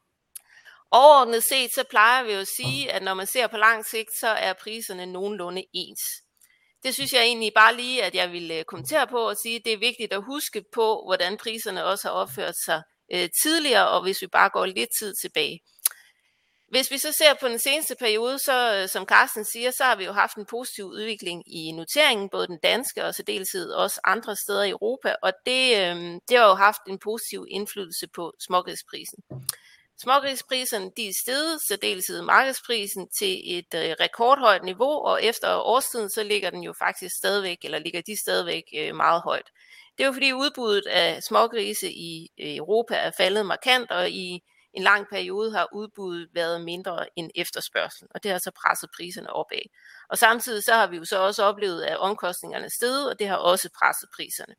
E: Overordnet set, så plejer vi jo at sige, at når man ser på lang sigt, så er priserne nogenlunde ens. Det synes jeg egentlig bare lige, at jeg vil kommentere på og sige, at det er vigtigt at huske på, hvordan priserne også har opført sig øh, tidligere, og hvis vi bare går lidt tid tilbage. Hvis vi så ser på den seneste periode, så som Carsten siger, så har vi jo haft en positiv udvikling i noteringen, både den danske og særdeleshed også andre steder i Europa, og det, øh, det har jo haft en positiv indflydelse på smågrisprisen. Smågrispriserne de er steget, særdeleshed markedsprisen til et øh, rekordhøjt niveau, og efter årstiden så ligger den jo faktisk stadigvæk, eller ligger de stadigvæk øh, meget højt. Det er jo fordi udbuddet af smågrise i øh, Europa er faldet markant, og i en lang periode har udbuddet været mindre end efterspørgslen, og det har så presset priserne opad. Og samtidig så har vi jo så også oplevet, at omkostningerne steget, og det har også presset priserne.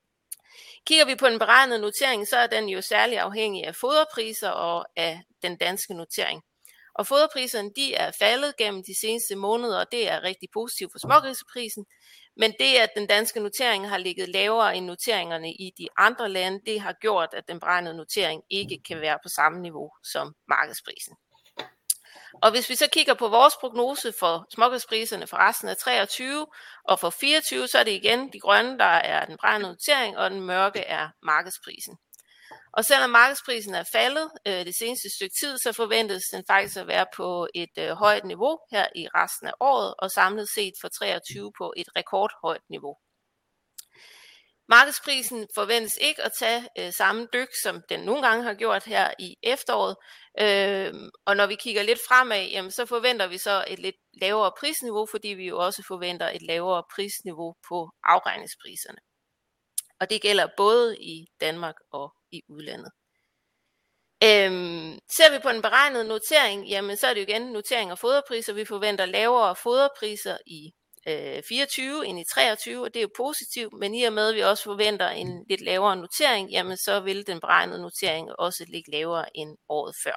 E: Kigger vi på den beregnede notering, så er den jo særlig afhængig af foderpriser og af den danske notering. Og foderpriserne de er faldet gennem de seneste måneder, og det er rigtig positivt for smågriseprisen. Men det, at den danske notering har ligget lavere end noteringerne i de andre lande, det har gjort, at den beregnede notering ikke kan være på samme niveau som markedsprisen. Og hvis vi så kigger på vores prognose for smågrispriserne for resten af treogtyve og for fireogtyve, så er det igen de grønne, der er den beregnede notering, og den mørke er markedsprisen. Og selvom markedsprisen er faldet øh, det seneste stykke tid, så forventes den faktisk at være på et øh, højt niveau her i resten af året, og samlet set for treogtyve på et rekordhøjt niveau. Markedsprisen forventes ikke at tage øh, samme dyk, som den nogle gange har gjort her i efteråret. Øh, og når vi kigger lidt fremad, jamen, så forventer vi så et lidt lavere prisniveau, fordi vi jo også forventer et lavere prisniveau på afregningspriserne. Og det gælder både i Danmark og i udlandet. Øhm, ser vi på den beregnede notering, jamen så er det jo igen notering og foderpriser. Vi forventer lavere foderpriser i øh, fireogtyve end i treogtyve, og det er jo positivt, men i og med at vi også forventer en lidt lavere notering, jamen så vil den beregnede notering også ligge lavere end året før.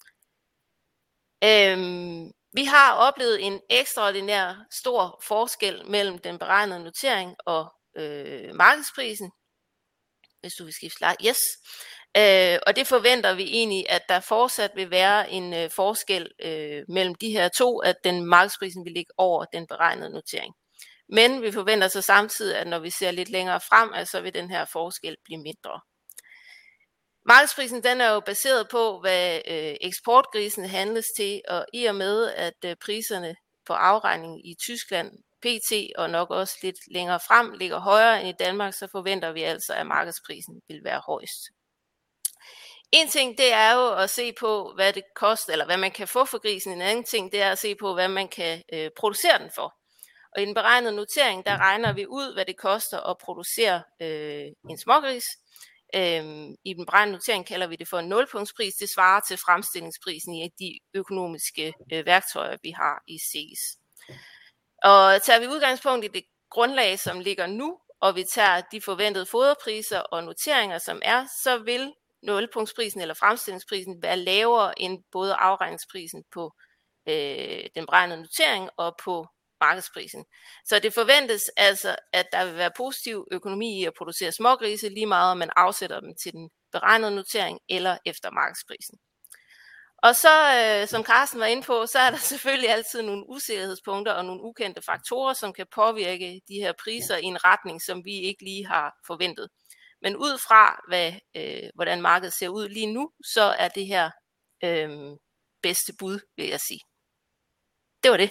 E: Øhm, vi har oplevet en ekstraordinær stor forskel mellem den beregnede notering og øh, markedsprisen. Hvis du vil skifte slide. Yes. Øh, og det forventer vi egentlig, at der fortsat vil være en øh, forskel øh, mellem de her to, at den markedsprisen vil ligge over den beregnede notering. Men vi forventer så samtidig, at når vi ser lidt længere frem, så vil den her forskel blive mindre. Markedsprisen den er jo baseret på, hvad øh, eksportgrisen handles til, og i og med, at øh, priserne på afregning i Tyskland P T og nok også lidt længere frem ligger højere end i Danmark, så forventer vi altså, at markedsprisen vil være højst. En ting det er jo at se på, hvad det koster, eller hvad man kan få for grisen. En anden ting det er at se på, hvad man kan øh, producere den for. Og i den beregnede notering, der regner vi ud, hvad det koster at producere øh, en smågris. Øhm, I den beregnede notering kalder vi det for en nulpunktspris. Det svarer til fremstillingsprisen i de økonomiske øh, værktøjer, vi har i C E S. Og tager vi udgangspunkt i det grundlag, som ligger nu, og vi tager de forventede foderpriser og noteringer, som er, så vil nulpunktsprisen eller fremstillingsprisen være lavere end både afregningsprisen på øh, den beregnede notering og på markedsprisen. Så det forventes altså, at der vil være positiv økonomi i at producere smågrise, lige meget om man afsætter dem til den beregnede notering eller efter markedsprisen. Og så, øh, som Carsten var inde på, så er der selvfølgelig altid nogle usikkerhedspunkter og nogle ukendte faktorer, som kan påvirke de her priser i en retning, som vi ikke lige har forventet. Men ud fra, hvad, øh, hvordan markedet ser ud lige nu, så er det her øh, bedste bud, vil jeg sige. Det var det.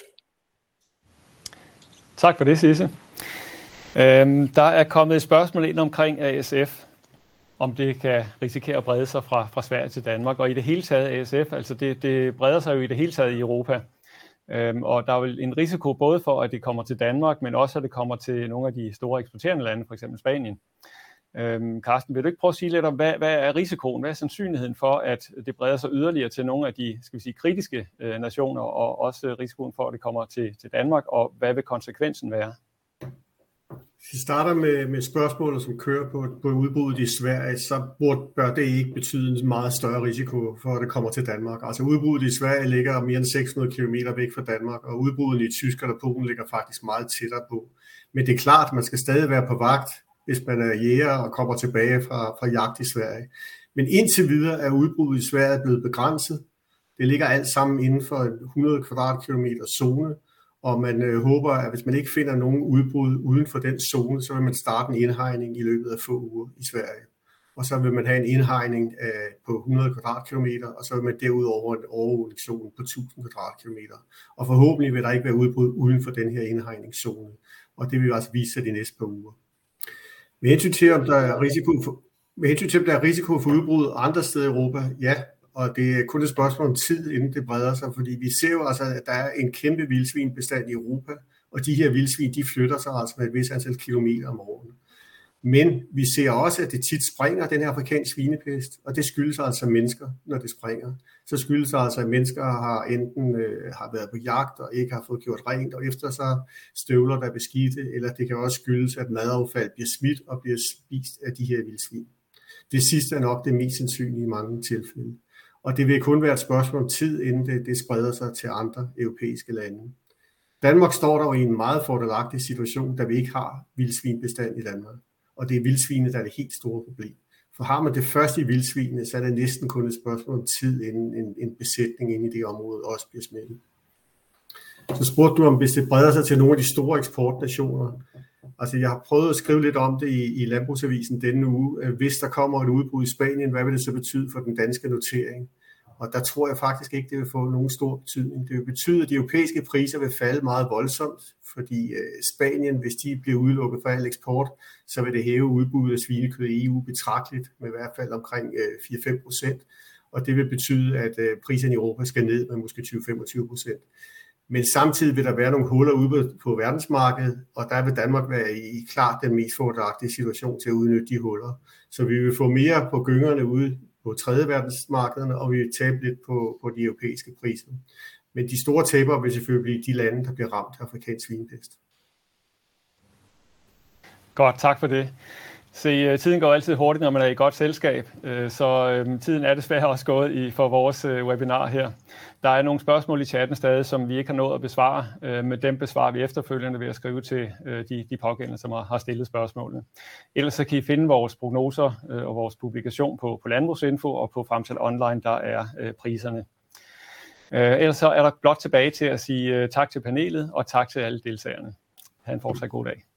A: Tak for det, Sisse. Øhm, der er kommet et spørgsmål ind omkring A S F, om det kan risikere at brede sig fra, fra Sverige til Danmark, og i det hele taget A S F, altså det, det breder sig jo i det hele taget i Europa. Øhm, og der er vel en risiko både for, at det kommer til Danmark, men også at det kommer til nogle af de store eksporterende lande, f.eks. Spanien. Øhm, Carsten, vil du ikke prøve at sige lidt om, hvad, hvad er risikoen, hvad er sandsynligheden for, at det breder sig yderligere til nogle af de skal vi sige, kritiske øh, nationer, og også risikoen for, at det kommer til, til Danmark, og hvad vil konsekvensen være?
D: Hvis vi starter med, med spørgsmålet, som kører på, på udbruddet i Sverige, så burde, bør det ikke betyde en meget større risiko for, at det kommer til Danmark. Altså udbruddet i Sverige ligger mere end seks hundrede kilometer væk fra Danmark, og udbruddet i Tyskland og Polen ligger faktisk meget tættere på. Men det er klart, at man skal stadig være på vagt, hvis man er jæger og kommer tilbage fra, fra jagt i Sverige. Men indtil videre er udbruddet i Sverige blevet begrænset. Det ligger alt sammen inden for en hundrede kvadratkilometer zone, og man øh, håber, at hvis man ikke finder nogen udbrud uden for den zone, så vil man starte en indhegning i løbet af få uger i Sverige. Og så vil man have en indhegning øh, på hundrede kvadratkilometer, og så vil man derudover en overvågningszone på tusind kvadratkilometer. Og forhåbentlig vil der ikke være udbrud uden for den her indhegningszone, og det vil altså vise sig de næste par uger. Med hensyn til, om der er risiko for, med hensyn til, om der er risiko for udbrud andre steder i Europa, ja, og det er kun et spørgsmål om tid, inden det breder sig, fordi vi ser jo altså, at der er en kæmpe vildsvinbestand i Europa, og de her vildsvin, de flytter sig altså med et vis antal kilometer om året. Men vi ser også, at det tit springer, den her afrikanske svinepest, og det skyldes altså mennesker, når det springer. Så skyldes altså, at mennesker har enten øh, har været på jagt og ikke har fået gjort rent, og efter sig støvler, der er beskidte, eller det kan også skyldes, at madaffald bliver smidt og bliver spist af de her vildsvin. Det sidste er nok det mest sandsynlige i mange tilfælde. Og det vil kun være et spørgsmål om tid, inden det, det spreder sig til andre europæiske lande. Danmark står der jo i en meget fordelagtig situation, da vi ikke har vildsvinbestand i Danmark. Og det er vildsvine, der er det helt store problem. For har man det første i vildsvinene, så er det næsten kun et spørgsmål om tid, inden en, en besætning inde i det område også bliver smittet. Så spurgte du om, hvis det breder sig til nogle af de store eksportnationer. Altså jeg har prøvet at skrive lidt om det i, i Landbrugsavisen denne uge. Hvis der kommer et udbrud i Spanien, hvad vil det så betyde for den danske notering? Og der tror jeg faktisk ikke, det vil få nogen stor betydning. Det vil betyde, at de europæiske priser vil falde meget voldsomt, fordi Spanien, hvis de bliver udelukket fra al eksport, så vil det hæve udbuddet af svinekød i E U betragteligt, med i hvert fald omkring fire til fem procent. Og det vil betyde, at priserne i Europa skal ned med måske tyve til femogtyve procent. Men samtidig vil der være nogle huller ude på verdensmarkedet, og der vil Danmark være i klart den mest fordelagtige situation til at udnytte de huller. Så vi vil få mere på gyngerne ude på tredje verdensmarkederne, og vi vil tabe lidt på, på de europæiske priser. Men de store tabere vil selvfølgelig blive de lande, der bliver ramt af afrikansk svinepest.
A: Godt, tak for det. Se, tiden går altid hurtigt, når man er i godt selskab, så tiden er desværre også gået i for vores webinar her. Der er nogle spørgsmål i chatten stadig, som vi ikke har nået at besvare, men dem besvarer vi efterfølgende ved at skrive til de, de pågældende, som har stillet spørgsmålene. Ellers så kan I finde vores prognoser og vores publikation på, på Landbrugsinfo og på Fremsal Online, der er priserne. Ellers så er der blot tilbage til at sige tak til panelet og tak til alle deltagerne. Ha' en fortsat god dag.